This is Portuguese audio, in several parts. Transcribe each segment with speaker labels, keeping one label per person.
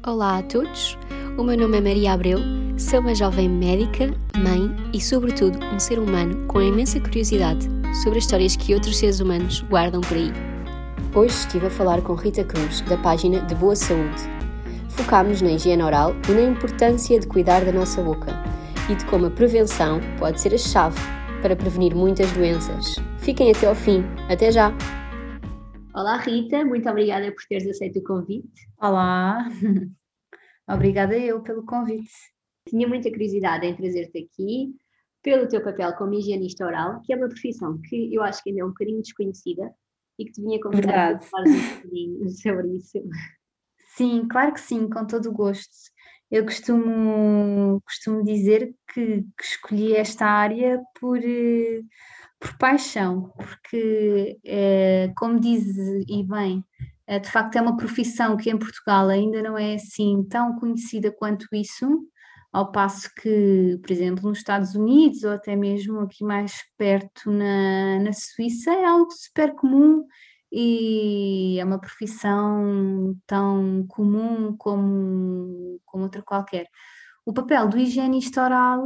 Speaker 1: Olá a todos, o meu nome é Maria Abreu, sou uma jovem médica, mãe e, sobretudo, um ser humano com imensa curiosidade sobre as histórias que outros seres humanos guardam por aí. Hoje estive a falar com Rita Cruz, da página De Boa Saúde. Focámos na higiene oral e na importância de cuidar da nossa boca e de como a prevenção pode ser a chave para prevenir muitas doenças. Fiquem até ao fim. Até já! Olá Rita, muito obrigada por teres aceito o convite.
Speaker 2: Olá, obrigada eu pelo convite.
Speaker 1: Tinha muita curiosidade em trazer-te aqui pelo teu papel como higienista oral, que é uma profissão que eu acho que ainda é um bocadinho desconhecida e que te vinha convidar para
Speaker 2: Verdade.
Speaker 1: falar um bocadinho sobre isso.
Speaker 2: Sim, claro que sim, com todo o gosto. Eu costumo dizer que escolhi esta área por paixão, porque, como diz e bem, de facto é uma profissão que em Portugal ainda não é assim tão conhecida quanto isso, ao passo que, por exemplo, nos Estados Unidos ou até mesmo aqui mais perto na Suíça é algo super comum e é uma profissão tão comum como outra qualquer. O papel do higienista oral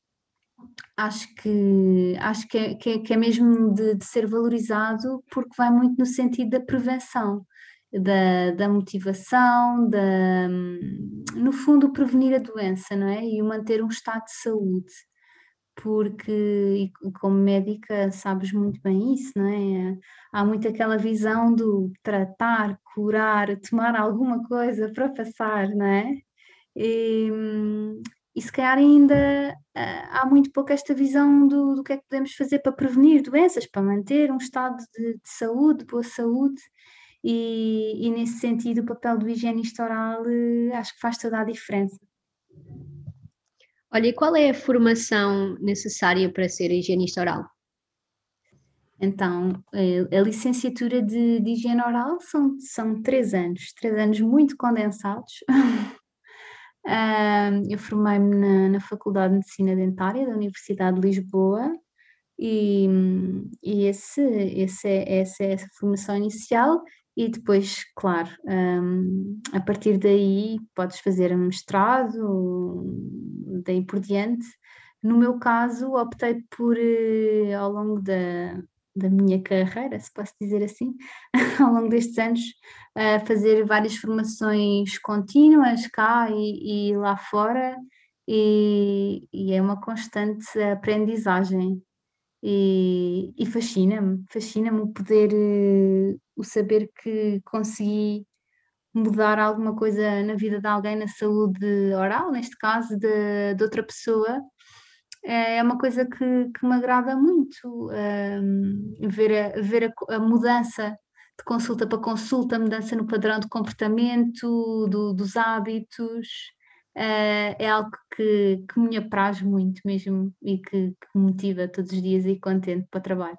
Speaker 2: acho que é mesmo de ser valorizado porque vai muito no sentido da prevenção, da motivação, no fundo, prevenir a doença, não é? E o manter um estado de saúde, porque, e como médica, sabes muito bem isso, não é? Há muito aquela visão do tratar, curar, tomar alguma coisa para passar, não é? E, e se calhar ainda há muito pouco esta visão do que é que podemos fazer para prevenir doenças, para manter um estado de saúde, boa saúde, e nesse sentido o papel do higienista oral acho que faz toda a diferença.
Speaker 1: Olha, e qual é a formação necessária para ser higienista oral?
Speaker 2: Então, a licenciatura de higiene oral são 3 anos muito condensados. Eu formei-me na Faculdade de Medicina Dentária da Universidade de Lisboa e essa é essa formação inicial e depois, claro, a partir daí podes fazer um mestrado, daí por diante. No meu caso, optei por, ao longo da minha carreira, se posso dizer assim, ao longo destes anos, fazer várias formações contínuas cá e lá fora, e é uma constante aprendizagem. E fascina-me o poder, o saber que consegui mudar alguma coisa na vida de alguém, na saúde oral, neste caso, de outra pessoa. É uma coisa que me agrada muito, ver a mudança de consulta para consulta, mudança no padrão de comportamento, dos hábitos, é algo que me apraz muito mesmo e que me motiva todos os dias a ir contente para o trabalho.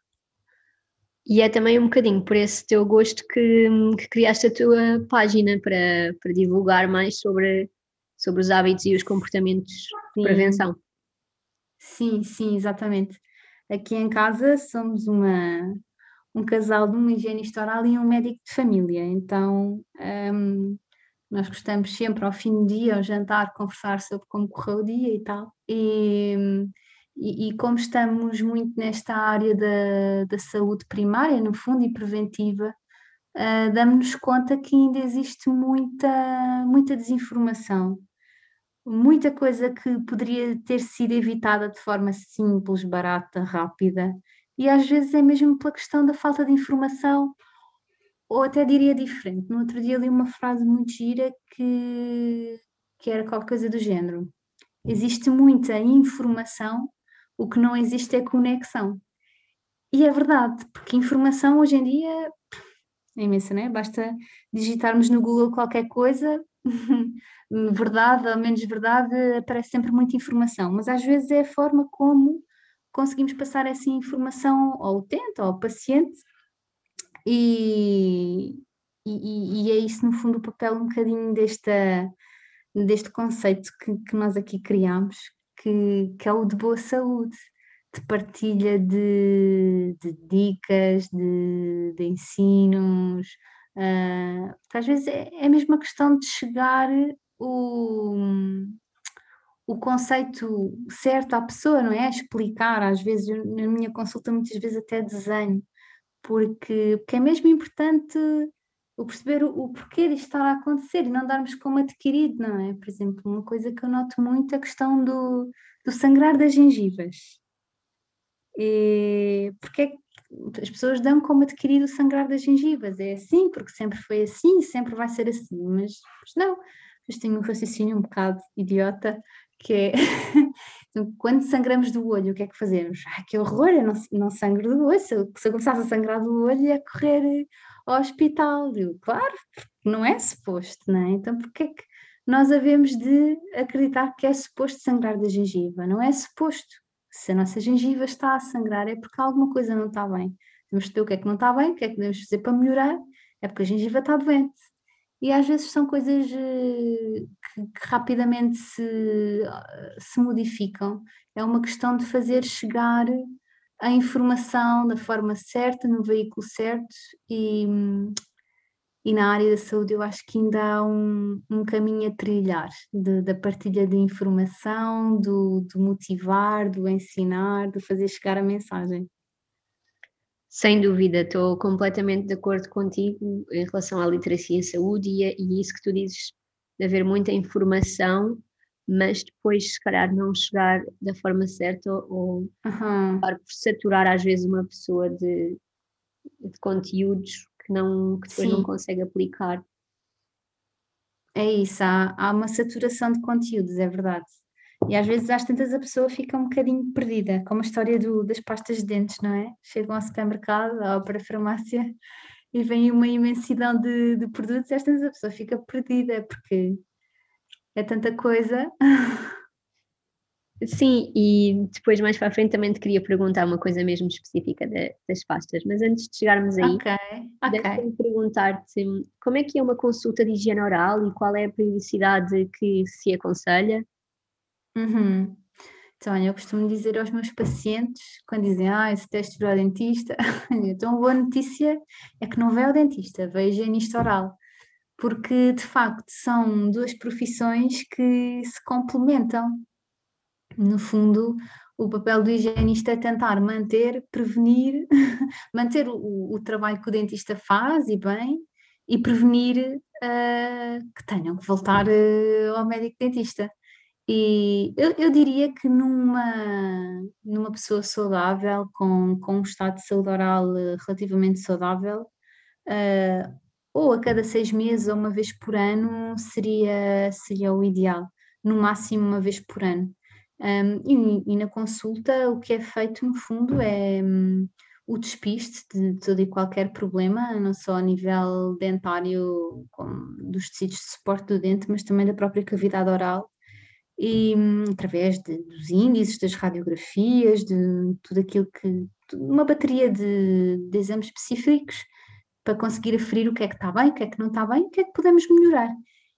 Speaker 1: E é também um bocadinho por esse teu gosto que criaste a tua página para divulgar mais sobre os hábitos e os comportamentos de
Speaker 2: Sim,
Speaker 1: prevenção.
Speaker 2: sim, sim, exatamente. Aqui em casa somos um casal de um higienista oral e um médico de família, então nós gostamos sempre ao fim do dia, ao jantar, conversar sobre como correu o dia e tal. E como estamos muito nesta área da saúde primária, no fundo, e preventiva, damos-nos conta que ainda existe muita desinformação, muita coisa que poderia ter sido evitada de forma simples, barata, rápida, e às vezes é mesmo pela questão da falta de informação, ou até diria diferente. No outro dia li uma frase muito gira que era qualquer coisa do género: existe muita informação, o que não existe é conexão. E é verdade, porque informação hoje em dia é imensa, não é? Basta digitarmos no Google qualquer coisa, verdade ou menos verdade, aparece sempre muita informação, mas às vezes é a forma como conseguimos passar essa informação ao utente, ao paciente, e, e é isso, no fundo, o papel um bocadinho deste conceito que nós aqui criamos, que é o de boa saúde, de partilha de dicas, de ensinos, Porque às vezes é mesmo a questão de chegar o, o conceito certo à pessoa, não é? Explicar, às vezes, na minha consulta, muitas vezes até desenho, porque é mesmo importante o perceber o porquê disto estar a acontecer e não darmos como adquirido, não é? Por exemplo, uma coisa que eu noto muito é a questão do sangrar das gengivas. E porque é que as pessoas dão como adquirido o sangrar das gengivas? É assim, porque sempre foi assim, sempre vai ser assim, mas não. Mas tenho um raciocínio um bocado idiota, que é então, quando sangramos do olho, o que é que fazemos? Ai, que horror, eu não sangro do olho. Se eu começasse a sangrar do olho, ia correr ao hospital. Eu, claro, porque não é suposto, não é? Então, porque é que nós havemos de acreditar que é suposto sangrar da gengiva? Não é suposto. Se a nossa gengiva está a sangrar, é porque alguma coisa não está bem. Temos de ver o que é que não está bem, o que é que devemos fazer para melhorar, é porque a gengiva está doente. E às vezes são coisas que rapidamente se modificam. É uma questão de fazer chegar a informação da forma certa, no veículo certo, e na área da saúde eu acho que ainda há um caminho a trilhar da partilha de informação, do motivar, do ensinar, de fazer chegar a mensagem.
Speaker 1: Sem dúvida, estou completamente de acordo contigo em relação à literacia em saúde e isso que tu dizes, de haver muita informação, mas depois, se calhar, não chegar da forma certa ou
Speaker 2: Aham.
Speaker 1: acabar por saturar às vezes uma pessoa de conteúdos que depois não
Speaker 2: Sim,
Speaker 1: consegue aplicar.
Speaker 2: é isso, há uma saturação de conteúdos, é verdade. E às vezes, às tantas, a pessoa fica um bocadinho perdida, como a história das pastas de dentes, não é? Chegam ao supermercado ou para a farmácia e vem uma imensidão de produtos, e às tantas a pessoa fica perdida, porque é tanta coisa.
Speaker 1: Sim, e depois mais para a frente também te queria perguntar uma coisa mesmo específica das pastas, mas antes de chegarmos aí,
Speaker 2: Ok, ok.
Speaker 1: deixa-me perguntar-te como é que é uma consulta de higiene oral e qual é a periodicidade que se aconselha?
Speaker 2: Uhum. Então, olha, eu costumo dizer aos meus pacientes, quando dizem, esse teste para o dentista, então a boa notícia é que não vai ao dentista, vai ao higienista oral, porque de facto são duas profissões que se complementam. No fundo, o papel do higienista é tentar manter, prevenir, manter o trabalho que o dentista faz e bem, e prevenir que tenham que voltar ao médico dentista. E eu diria que numa pessoa saudável, com um estado de saúde oral relativamente saudável, eh, ou a cada 6 meses ou uma vez por ano seria o ideal, no máximo uma vez por ano. E na consulta, o que é feito, no fundo, é o despiste de todo e qualquer problema, não só a nível dentário, como dos tecidos de suporte do dente, mas também da própria cavidade oral e através dos índices, das radiografias, de tudo aquilo uma bateria de exames específicos para conseguir aferir o que é que está bem, o que é que não está bem, o que é que podemos melhorar.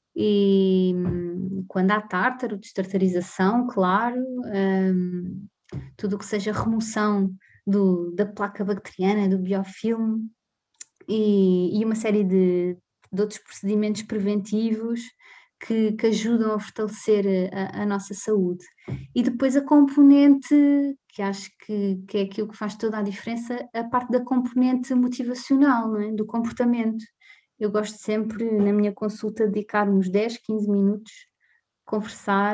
Speaker 2: E quando há tártaro, destartarização, claro, tudo o que seja remoção da placa bacteriana, do biofilme e uma série de outros procedimentos preventivos que ajudam a fortalecer a nossa saúde. E depois a componente, que acho que é aquilo que faz toda a diferença, a parte da componente motivacional, não é? Do comportamento. Eu gosto sempre, na minha consulta, de dedicar uns 10, 15 minutos, conversar,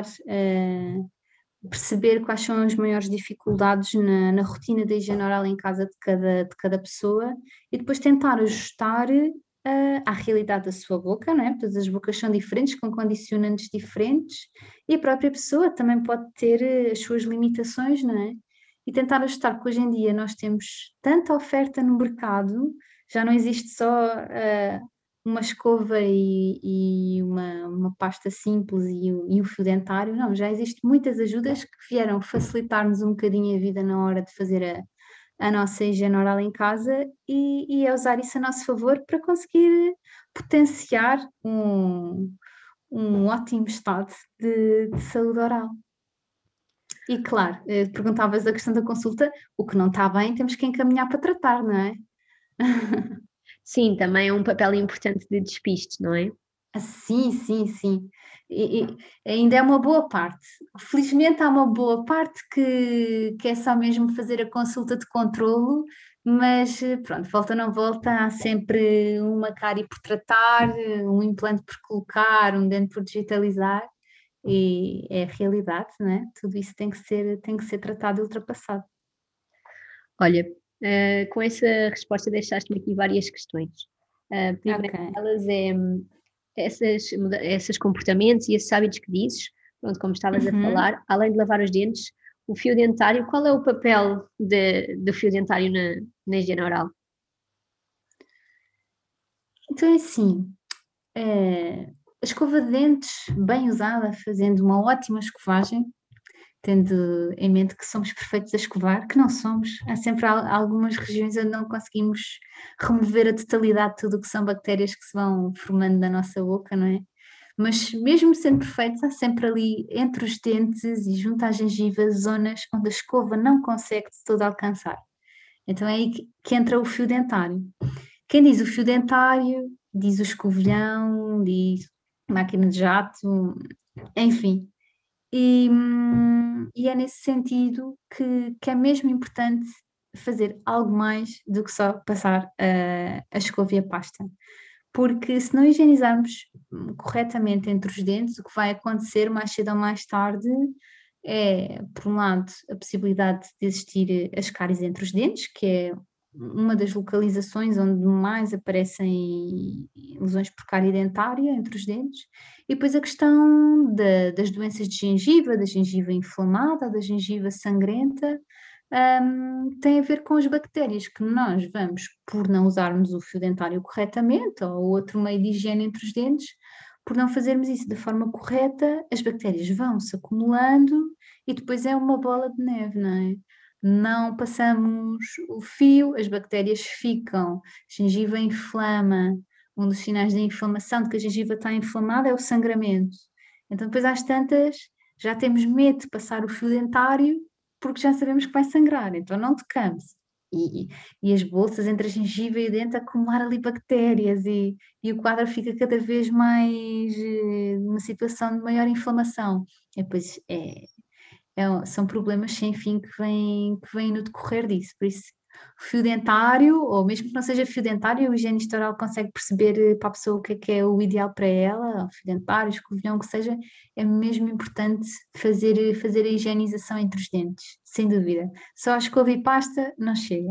Speaker 2: perceber quais são as maiores dificuldades na rotina da higiene oral em casa de cada pessoa e depois tentar ajustar à realidade da sua boca, não é? Todas as bocas são diferentes, com condicionantes diferentes e a própria pessoa também pode ter as suas limitações, não é? E tentar ajustar, porque hoje em dia nós temos tanta oferta no mercado, já não existe só uma escova e uma pasta simples e o fio dentário, não, já existem muitas ajudas que vieram facilitar-nos um bocadinho a vida na hora de fazer a nossa higiene oral em casa e a usar isso a nosso favor para conseguir potenciar um ótimo estado de saúde oral. E claro, perguntavas a questão da consulta, o que não está bem temos que encaminhar para tratar, não é?
Speaker 1: Sim, também é um papel importante de despiste, não é?
Speaker 2: Ah, sim, sim, sim. E ainda é uma boa parte. Felizmente há uma boa parte que é só mesmo fazer a consulta de controlo, mas pronto, volta ou não volta, há sempre uma cárie por tratar, um implante por colocar, um dente por digitalizar, e é a realidade, não é? Tudo isso tem que ser tratado e ultrapassado.
Speaker 1: Olha, com essa resposta deixaste-me aqui várias questões. A primeira
Speaker 2: Ok.
Speaker 1: delas é esses comportamentos e esses hábitos que dizes, pronto, como estavas a
Speaker 2: Uhum.
Speaker 1: falar, além de lavar os dentes, o fio dentário, qual é o papel do fio dentário na higiene oral?
Speaker 2: Então é assim. A escova de dentes, bem usada, fazendo uma ótima escovagem, tendo em mente que somos perfeitos a escovar, que não somos. Há sempre algumas regiões onde não conseguimos remover a totalidade de tudo o que são bactérias que se vão formando na nossa boca, não é? Mas mesmo sendo perfeitos, há sempre ali entre os dentes e junto à gengiva zonas onde a escova não consegue de todo alcançar. Então é aí que entra o fio dentário. Quem diz o fio dentário, diz o escovilhão, diz máquina de jato, enfim. E é nesse sentido que é mesmo importante fazer algo mais do que só passar a escova e a pasta. Porque se não higienizarmos corretamente entre os dentes, o que vai acontecer mais cedo ou mais tarde é, por um lado, a possibilidade de existir as cáries entre os dentes, que é uma das localizações onde mais aparecem lesões por cárie dentária entre os dentes, e depois a questão das doenças de gengiva, da gengiva inflamada, da gengiva sangrenta, tem a ver com as bactérias que nós vamos, por não usarmos o fio dentário corretamente ou outro meio de higiene entre os dentes, por não fazermos isso da forma correta, as bactérias vão se acumulando e depois é uma bola de neve, não é? Não passamos o fio, as bactérias ficam, a gengiva inflama. Um dos sinais da inflamação, de que a gengiva está inflamada, é o sangramento. Então, depois às tantas, já temos medo de passar o fio dentário porque já sabemos que vai sangrar, então não tocamos. E, e as bolsas entre a gengiva e o dente acumular ali bactérias e o quadro fica cada vez mais numa situação de maior inflamação. E depois são problemas sem fim que vêm no decorrer disso. Por isso, o fio dentário, ou mesmo que não seja fio dentário, o higienista oral consegue perceber para a pessoa o que é o ideal para ela, o fio dentário, escovilhão, o que seja, é mesmo importante fazer a higienização entre os dentes, sem dúvida. Só a escova e pasta não chega.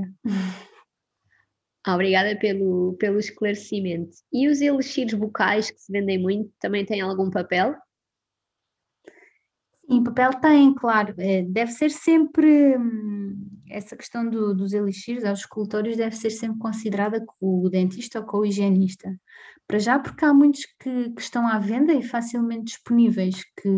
Speaker 1: Obrigada pelo esclarecimento. E os elixires bucais que se vendem muito também têm algum papel?
Speaker 2: Sim, papel tem, claro. Deve ser sempre, essa questão dos elixires aos escultores deve ser sempre considerada com o dentista ou com o higienista. Para já, porque há muitos que estão à venda e facilmente disponíveis, que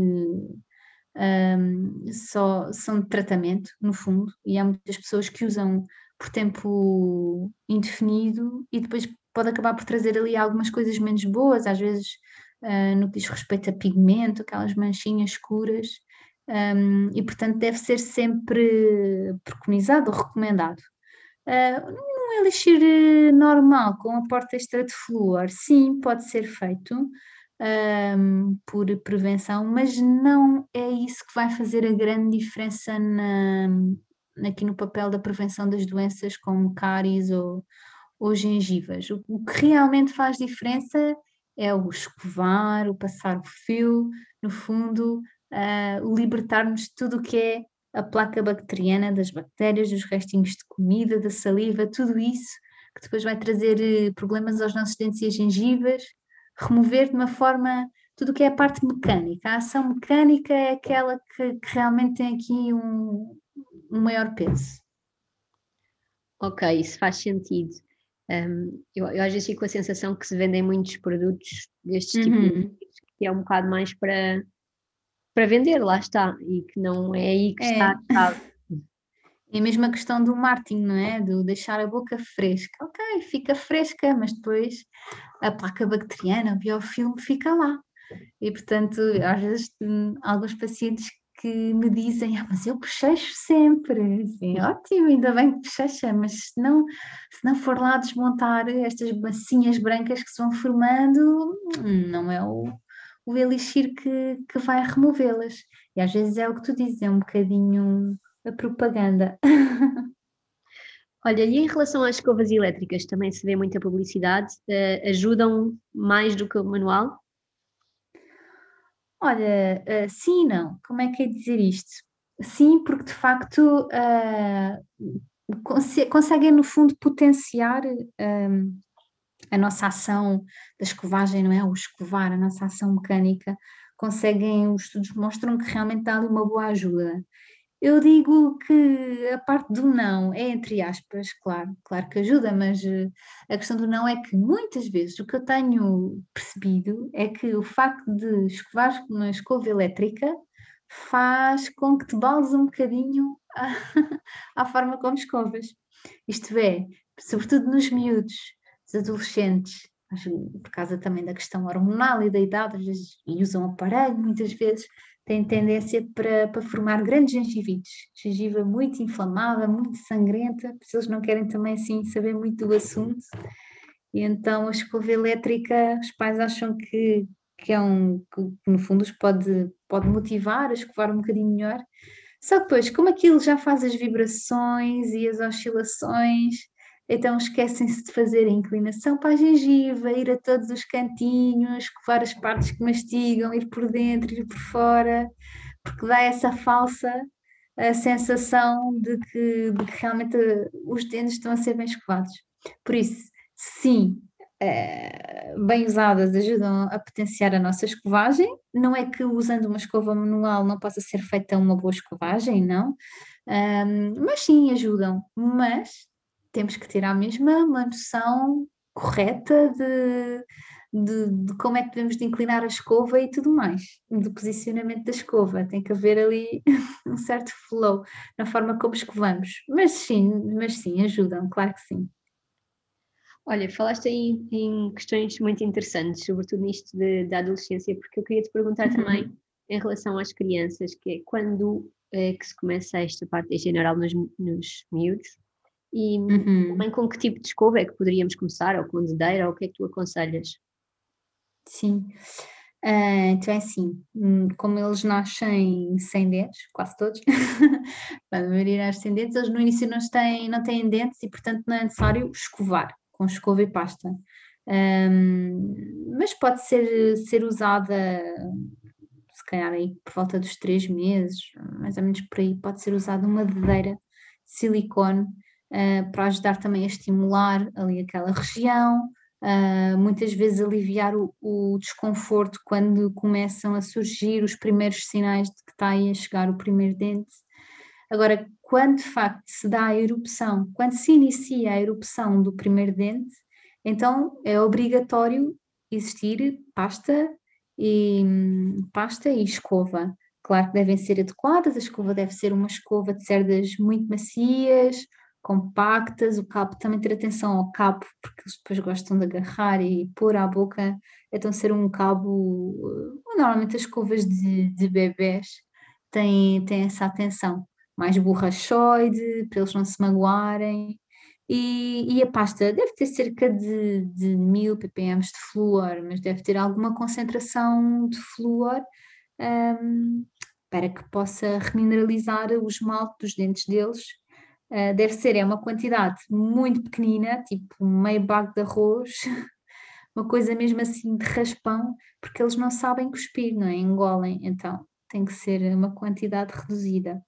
Speaker 2: só são de tratamento, no fundo, e há muitas pessoas que usam por tempo indefinido e depois pode acabar por trazer ali algumas coisas menos boas, às vezes no que diz respeito a pigmento, aquelas manchinhas escuras, e portanto deve ser sempre preconizado ou recomendado. Um elixir normal com aporte extra de flúor, sim, pode ser feito por prevenção, mas não é isso que vai fazer a grande diferença aqui no papel da prevenção das doenças como cáries ou gengivas. O que realmente faz diferença é o escovar, o passar o fio, no fundo, o libertar-nos de tudo o que é a placa bacteriana, das bactérias, dos restinhos de comida, da saliva, tudo isso que depois vai trazer problemas aos nossos dentes e às gengivas, remover de uma forma tudo o que é a parte mecânica. A ação mecânica é aquela que realmente tem aqui um maior peso.
Speaker 1: Ok, isso faz sentido. Eu às vezes fico com a sensação que se vendem muitos produtos destes tipos de
Speaker 2: Uhum.
Speaker 1: produtos que é um bocado mais para vender, lá está, e que não é aí que está
Speaker 2: É,
Speaker 1: a chave.
Speaker 2: é a mesma questão do marketing, não é? Do deixar a boca fresca. Ok, fica fresca, mas depois a placa bacteriana, o biofilme fica lá. E, portanto, às vezes, alguns pacientes que me dizem, mas eu bochecho sempre. Assim, ótimo, ainda bem que bochecha, mas se não for lá desmontar estas massinhas brancas que se vão formando, não é o elixir que vai removê-las. E às vezes é o que tu dizes, é um bocadinho a propaganda.
Speaker 1: Olha, e em relação às escovas elétricas, também se vê muita publicidade, ajudam mais do que o manual?
Speaker 2: Olha, sim e não. Como é que é dizer isto? Sim, porque de facto conseguem no fundo potenciar a nossa ação da escovagem, não é? O escovar, a nossa ação mecânica, os estudos mostram que realmente dá ali uma boa ajuda. Eu digo que a parte do não é entre aspas, claro, claro que ajuda, mas a questão do não é que muitas vezes o que eu tenho percebido é que o facto de escovar com uma escova elétrica faz com que te bales um bocadinho à forma como escovas. Isto é, sobretudo nos miúdos, os adolescentes, por causa também da questão hormonal e da idade, às vezes, e usam aparelho, muitas vezes têm tendência para formar grandes gengivites, gengiva muito inflamada, muito sangrenta, porque eles não querem também assim saber muito do assunto. E então a escova elétrica, os pais acham que é que no fundo os pode motivar a escovar um bocadinho melhor. Só que depois, como aquilo já faz as vibrações e as oscilações, então esquecem-se de fazer a inclinação para a gengiva, ir a todos os cantinhos, escovar as partes que mastigam, ir por dentro, ir por fora, porque dá essa falsa sensação de que realmente os dentes estão a ser bem escovados. Por isso, sim, bem usadas ajudam a potenciar a nossa escovagem. Não é que usando uma escova manual não possa ser feita uma boa escovagem, não. Mas sim, ajudam. Mas temos que ter à mesma uma noção correta de como é que devemos de inclinar a escova e tudo mais, do posicionamento da escova. Tem que haver ali um certo flow na forma como escovamos. Mas sim, ajudam, claro que sim.
Speaker 1: Olha, falaste aí em questões muito interessantes, sobretudo nisto da adolescência, porque eu queria te perguntar também em relação às crianças, que é quando é que se começa esta parte em geral nos miúdos e também com que tipo de escova é que poderíamos começar, ou com dedeira, ou o que é que tu aconselhas?
Speaker 2: Sim. Então é assim, como eles nascem sem dentes, quase todos, a maioria nasce sem dentes, eles no início não têm dentes e portanto não é necessário escovar com escova e pasta. Mas pode ser usada, se calhar aí por volta dos 3 meses, mais ou menos por aí, pode ser usada uma dedeira de silicone para ajudar também a estimular ali aquela região, muitas vezes aliviar o desconforto quando começam a surgir os primeiros sinais de que está aí a chegar o primeiro dente. Agora, quando de facto se dá a erupção, quando se inicia a erupção do primeiro dente, então é obrigatório existir pasta e escova. Claro que devem ser adequadas, a escova deve ser uma escova de cerdas muito macias, compactas, o cabo também ter atenção ao cabo, porque eles depois gostam de agarrar e pôr à boca, então ser um cabo, normalmente as escovas de bebés têm essa atenção, mais borrachoide, para eles não se magoarem, e a pasta deve ter cerca de 1000 ppm de flúor, mas deve ter alguma concentração de flúor, hum, para que possa remineralizar o esmalte dos dentes deles. Deve ser, é uma quantidade muito pequenina, tipo meio bago de arroz, uma coisa mesmo assim de raspão, porque eles não sabem cuspir, não é? Engolem, então tem que ser uma quantidade reduzida.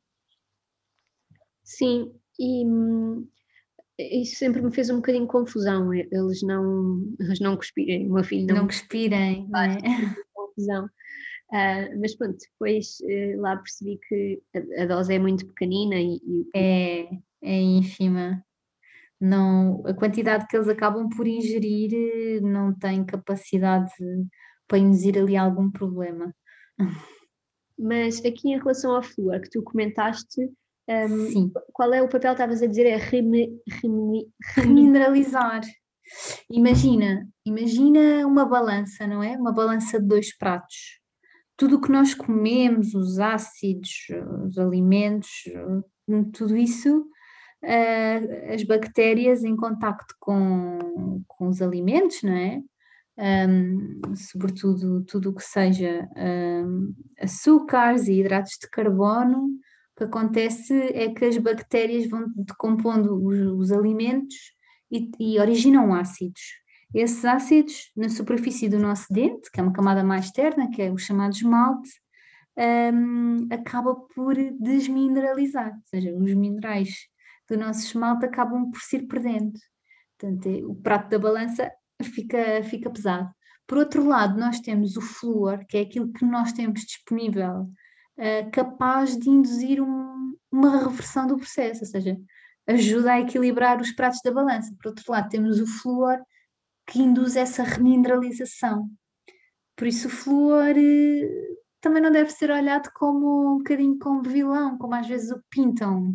Speaker 1: Sim, e isso sempre me fez um bocadinho de confusão, eles não cuspirem, o meu filho
Speaker 2: Não
Speaker 1: não
Speaker 2: cuspirem, não é?
Speaker 1: confusão. Mas pronto, depois lá percebi que a dose é muito pequenina
Speaker 2: É ínfima. Não, a quantidade que eles acabam por ingerir não tem capacidade para induzir ali algum problema.
Speaker 1: mas aqui em relação ao flúor que tu comentaste,
Speaker 2: Sim,
Speaker 1: qual é o papel, estavas a dizer, é
Speaker 2: remineralizar. Imagina uma balança, não é? Uma balança de 2 pratos. tudo o que nós comemos, os ácidos, os alimentos, tudo isso, as bactérias em contacto com os alimentos, não é? Sobretudo tudo o que seja açúcares e hidratos de carbono, o que acontece é que as bactérias vão decompondo os alimentos e originam ácidos. Esses ácidos, na superfície do nosso dente, que é uma camada mais externa, que é o chamado esmalte, acaba por desmineralizar, ou seja, os minerais do nosso esmalte acabam por se ir perdendo. Portanto, o prato da balança fica pesado. Por outro lado, nós temos o flúor, que é aquilo que nós temos disponível, capaz de induzir uma reversão do processo, ou seja, ajuda a equilibrar os pratos da balança. Por outro lado, temos o flúor, que induz essa remineralização. Por isso, o flúor também não deve ser olhado como um bocadinho como vilão, como às vezes o pintam.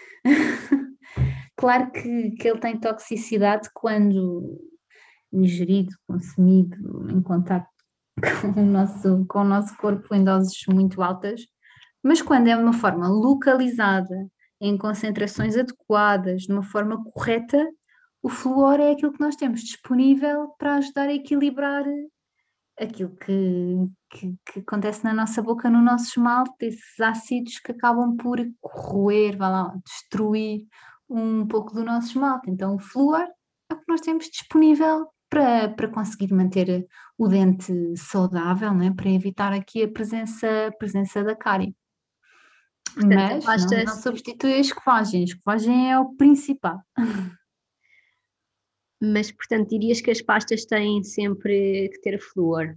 Speaker 2: Claro que ele tem toxicidade quando ingerido, consumido, em contato com o nosso corpo em doses muito altas, mas quando é de uma forma localizada, em concentrações adequadas, de uma forma correta, o flúor é aquilo que nós temos disponível para ajudar a equilibrar aquilo que acontece na nossa boca, no nosso esmalte, esses ácidos que acabam por corroer, vai lá, destruir um pouco do nosso esmalte. Então, o flúor é o que nós temos disponível para conseguir manter o dente saudável, né? Para evitar aqui a presença da cárie.
Speaker 1: Portanto,
Speaker 2: Mas não substitui a escovagem é o principal.
Speaker 1: Mas, portanto, dirias que as pastas têm sempre que ter flúor?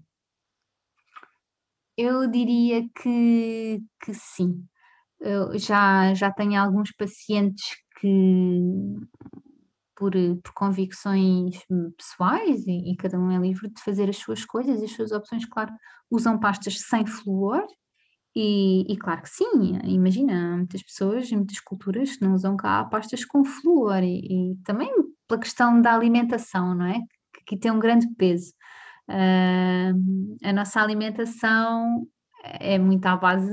Speaker 2: Eu diria que sim. Eu já tenho alguns pacientes que, por convicções pessoais, e cada um é livre de fazer as suas coisas e as suas opções, claro, usam pastas sem flúor. E claro que sim, imagina, há muitas pessoas em muitas culturas que não usam cá pastas com flúor e também pela questão da alimentação, não é? Que aqui tem um grande peso. A nossa alimentação é muito à base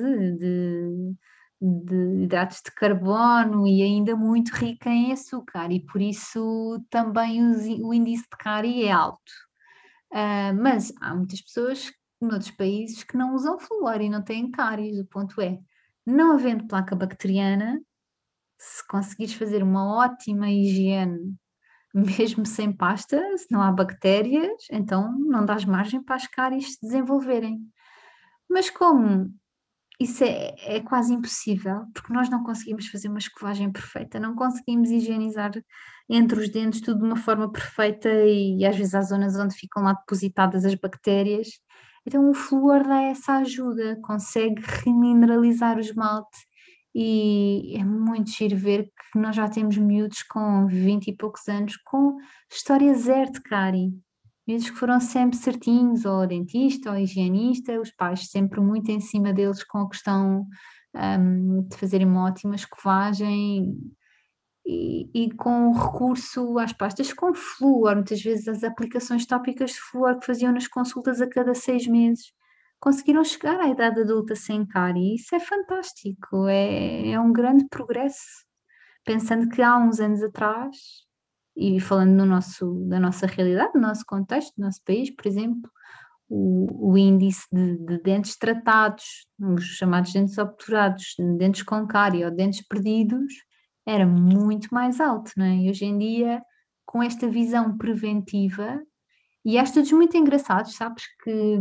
Speaker 2: de hidratos de carbono e ainda muito rica em açúcar, e por isso também o índice de cárie é alto. Mas há muitas pessoas noutros países que não usam flúor e não têm cáries. O ponto é, não havendo placa bacteriana, se conseguires fazer uma ótima higiene, mesmo sem pasta, se não há bactérias, então não dás margem para as cáries se desenvolverem. Mas como isso é quase impossível, porque nós não conseguimos fazer uma escovagem perfeita, não conseguimos higienizar entre os dentes tudo de uma forma perfeita e às vezes há zonas onde ficam lá depositadas as bactérias. Então o flúor dá essa ajuda, consegue remineralizar o esmalte e é muito giro ver que nós já temos miúdos com 20 e poucos anos com história zero de cárie. Miúdos que foram sempre certinhos, ou ao dentista, ou ao higienista, os pais sempre muito em cima deles com a questão de fazerem uma ótima escovagem e com recurso às pastas com flúor, muitas vezes as aplicações tópicas de flúor que faziam nas consultas a cada 6 meses, conseguiram chegar à idade adulta sem cárie, e isso é fantástico, é um grande progresso, pensando que há uns anos atrás, e falando da nossa realidade, do nosso contexto, do nosso país, por exemplo, o índice de dentes tratados, os chamados dentes obturados, dentes com cárie ou dentes perdidos, era muito mais alto, não é? E hoje em dia, com esta visão preventiva, e há estudos muito engraçados, sabes, que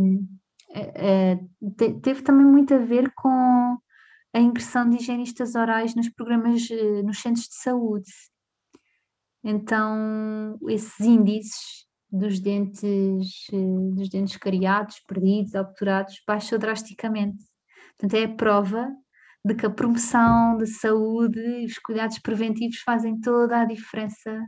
Speaker 2: teve também muito a ver com a ingressão de higienistas orais nos programas, nos centros de saúde. Então, esses índices dos dentes cariados, perdidos, obturados, baixou drasticamente. Portanto, é a prova de que a promoção da saúde e os cuidados preventivos fazem toda a diferença,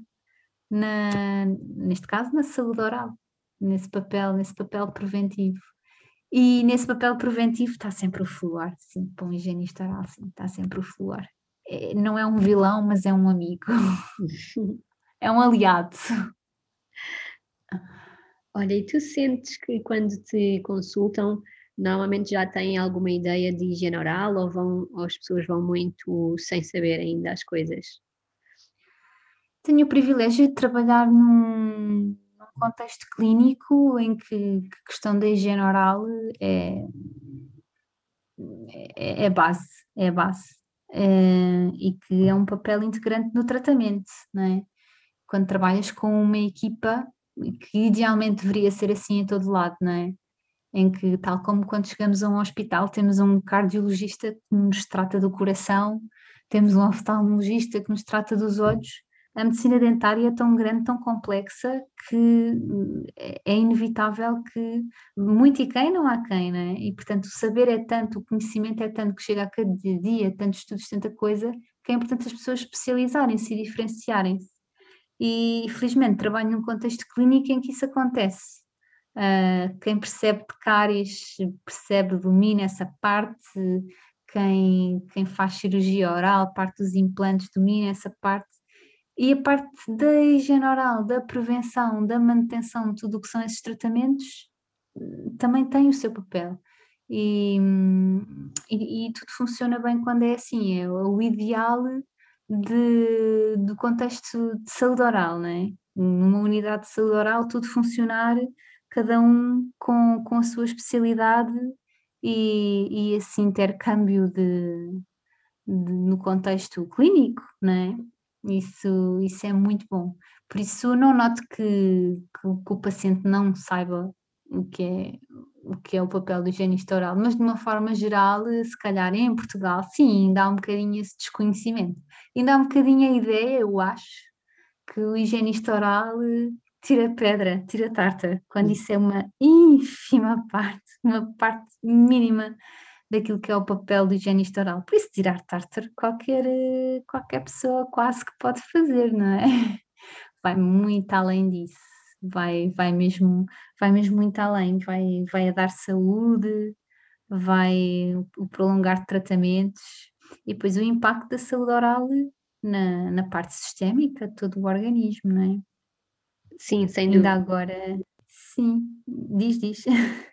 Speaker 2: neste caso, na saúde oral, nesse papel preventivo. E nesse papel preventivo está sempre o flúor, sim, para um higienista oral, sim, está sempre o flúor. Não é um vilão, mas é um amigo. É um aliado.
Speaker 1: Olha, e tu sentes que quando te consultam, Normalmente já têm alguma ideia de higiene oral ou as pessoas vão muito sem saber ainda as coisas?
Speaker 2: Tenho o privilégio de trabalhar num contexto clínico em que a questão da higiene oral é é base, é a base. E que é um papel integrante no tratamento, não é? Quando trabalhas com uma equipa, que idealmente deveria ser assim em todo lado, não é? Em que, tal como quando chegamos a um hospital, temos um cardiologista que nos trata do coração, temos um oftalmologista que nos trata dos olhos. A medicina dentária é tão grande, tão complexa, que é inevitável que muito e quem não há quem, não é? E portanto o saber é tanto, o conhecimento é tanto que chega a cada dia, tantos estudos, tanta coisa, que é importante as pessoas especializarem-se e diferenciarem-se. E felizmente trabalho num contexto clínico em que isso acontece. Quem percebe de cáries percebe, domina essa parte, quem faz cirurgia oral, parte dos implantes, domina essa parte. E a parte da higiene oral, da prevenção, da manutenção de tudo o que são esses tratamentos, também tem o seu papel. E tudo funciona bem quando é assim, é o ideal do contexto de saúde oral, não é? Numa unidade de saúde oral, tudo funcionar, cada um com a sua especialidade e esse intercâmbio no contexto clínico, não é? Isso é muito bom. Por isso, não noto que o paciente não saiba o que é, o que é o papel do higienista oral, mas de uma forma geral, se calhar em Portugal, sim, ainda há um bocadinho esse desconhecimento. Ainda há um bocadinho a ideia, eu acho, que o higienista oral tira pedra, tira tarta, quando isso é uma ínfima parte, uma parte mínima daquilo que é o papel do higienista oral. Por isso, tirar tártaro qualquer pessoa quase que pode fazer, não é? Vai muito além disso, vai mesmo muito além, vai a dar saúde, vai o prolongar de tratamentos e depois o impacto da saúde oral na parte sistémica de todo o organismo, não é?
Speaker 1: Sim, sem
Speaker 2: Ainda
Speaker 1: dúvida.
Speaker 2: agora, sim, diz.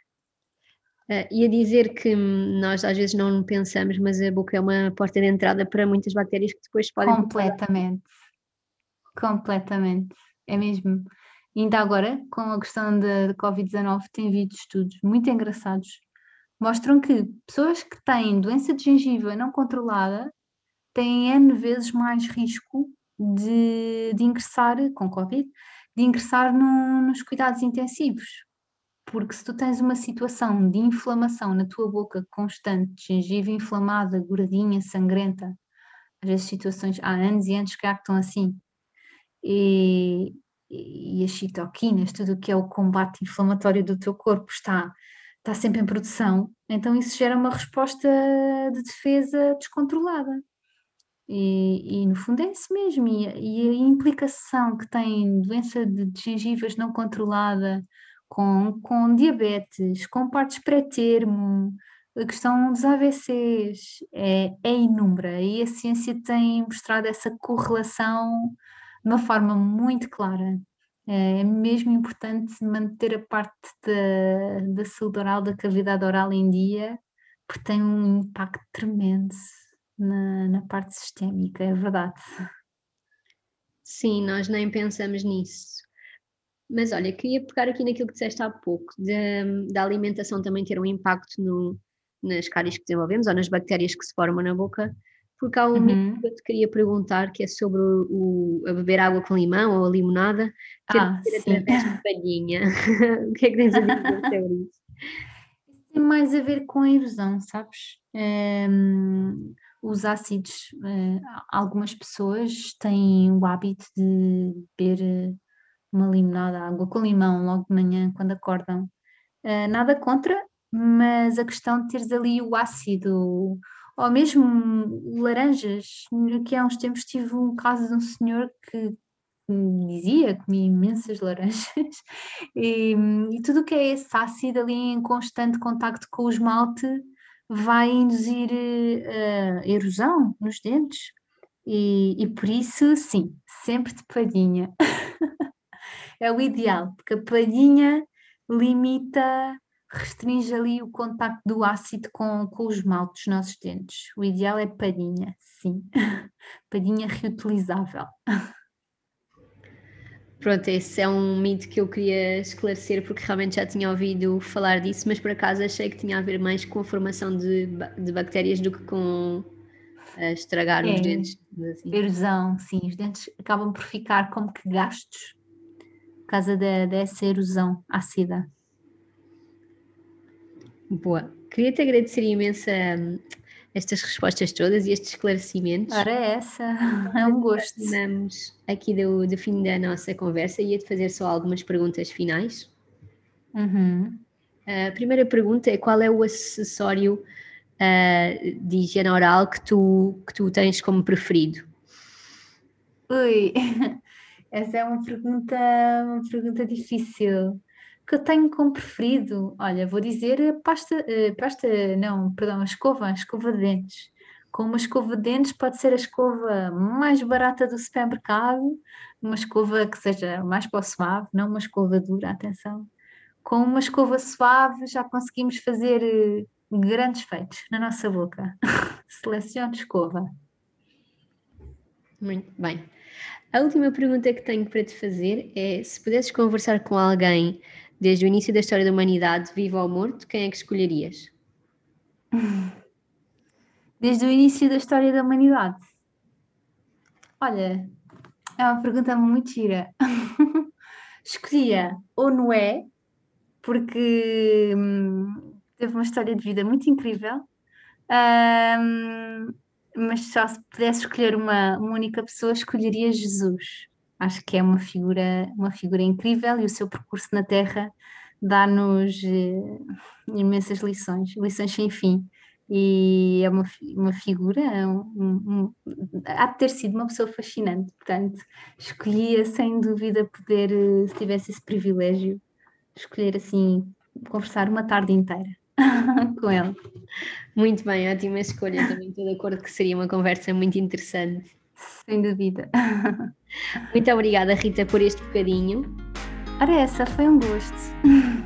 Speaker 1: Ia dizer que nós às vezes não pensamos, mas a boca é uma porta de entrada para muitas bactérias que depois podem passar.
Speaker 2: Completamente, completamente, é mesmo. Ainda agora, com a questão da Covid-19, tem havido estudos muito engraçados, mostram que pessoas que têm doença de gengiva não controlada têm N vezes mais risco de ingressar com Covid, de ingressar nos cuidados intensivos. Porque se tu tens uma situação de inflamação na tua boca constante, gengiva inflamada, gordinha, sangrenta, às vezes situações há anos e anos que há que estão assim, e, e as citoquinas, tudo o que é o combate inflamatório do teu corpo está sempre em produção, então isso gera uma resposta de defesa descontrolada. E no fundo é isso mesmo, e a implicação que tem doença de gengivas não controlada, com diabetes, com partes pré-termo, a questão dos AVCs, é inúmera, e a ciência tem mostrado essa correlação de uma forma muito clara. É mesmo importante manter a parte da saúde oral, da cavidade oral em dia, porque tem um impacto tremendo na parte sistémica, é verdade.
Speaker 1: Sim, nós nem pensamos nisso. Mas olha, queria pegar aqui naquilo que disseste há pouco, da alimentação também ter um impacto nas cáries que desenvolvemos ou nas bactérias que se formam na boca, porque há um mito que
Speaker 2: Uhum.
Speaker 1: eu te queria perguntar que é sobre a beber água com limão ou a limonada, ter que ser
Speaker 2: Sim.
Speaker 1: através de palhinha. O que é que tens a dizer sobre isso?
Speaker 2: Tem mais a ver com a erosão, sabes? Os ácidos, algumas pessoas têm o hábito de beber uma limonada, água com limão logo de manhã quando acordam. Nada contra, mas a questão de teres ali o ácido, ou mesmo laranjas. Aqui há uns tempos tive um caso de um senhor que me dizia que comia imensas laranjas e tudo o que é esse ácido ali em constante contacto com o esmalte vai induzir erosão nos dentes e por isso, sim, sempre de palhinha. É o ideal, porque a palhinha limita restringe ali o contacto do ácido com o esmalte dos nossos dentes. O ideal é palhinha, sim. Palhinha reutilizável.
Speaker 1: Pronto, esse é um mito que eu queria esclarecer porque realmente já tinha ouvido falar disso, mas por acaso achei que tinha a ver mais com a formação de bactérias do que com estragar os dentes. Assim.
Speaker 2: Erosão, sim. Os dentes acabam por ficar como que gastos por causa dessa erosão ácida.
Speaker 1: Boa. Queria-te agradecer imenso estas respostas todas e estes esclarecimentos.
Speaker 2: Ora, essa é um gosto.
Speaker 1: Terminamos aqui do fim da nossa conversa e ia-te fazer só algumas perguntas finais. A primeira pergunta é: qual é o acessório de higiene oral que tu tens como preferido?
Speaker 2: Ui, essa é uma pergunta difícil. O que eu tenho como preferido? Olha, vou dizer a escova de dentes. Com uma escova de dentes pode ser a escova mais barata do supermercado, uma escova que seja mais para o suave, não uma escova dura, atenção. Com uma escova suave já conseguimos fazer grandes feitos na nossa boca. Selecione escova.
Speaker 1: Muito bem. A última pergunta que tenho para te fazer é: se pudesses conversar com alguém desde o início da história da humanidade, vivo ou morto, quem é que escolherias?
Speaker 2: Desde o início da história da humanidade? Olha, é uma pergunta muito gira. Escolhia ou Noé, porque teve uma história de vida muito incrível, mas só se pudesse escolher uma única pessoa, escolheria Jesus. Acho que é uma figura incrível e o seu percurso na Terra dá-nos imensas lições sem fim. E é uma figura, há de ter sido uma pessoa fascinante, portanto, escolhia sem dúvida poder, se tivesse esse privilégio, escolher assim, conversar uma tarde inteira com ele.
Speaker 1: Muito bem, ótima escolha, também estou de acordo que seria uma conversa muito interessante.
Speaker 2: Sem dúvida.
Speaker 1: Muito obrigada, Rita, por este bocadinho.
Speaker 2: Ora, essa foi um gosto.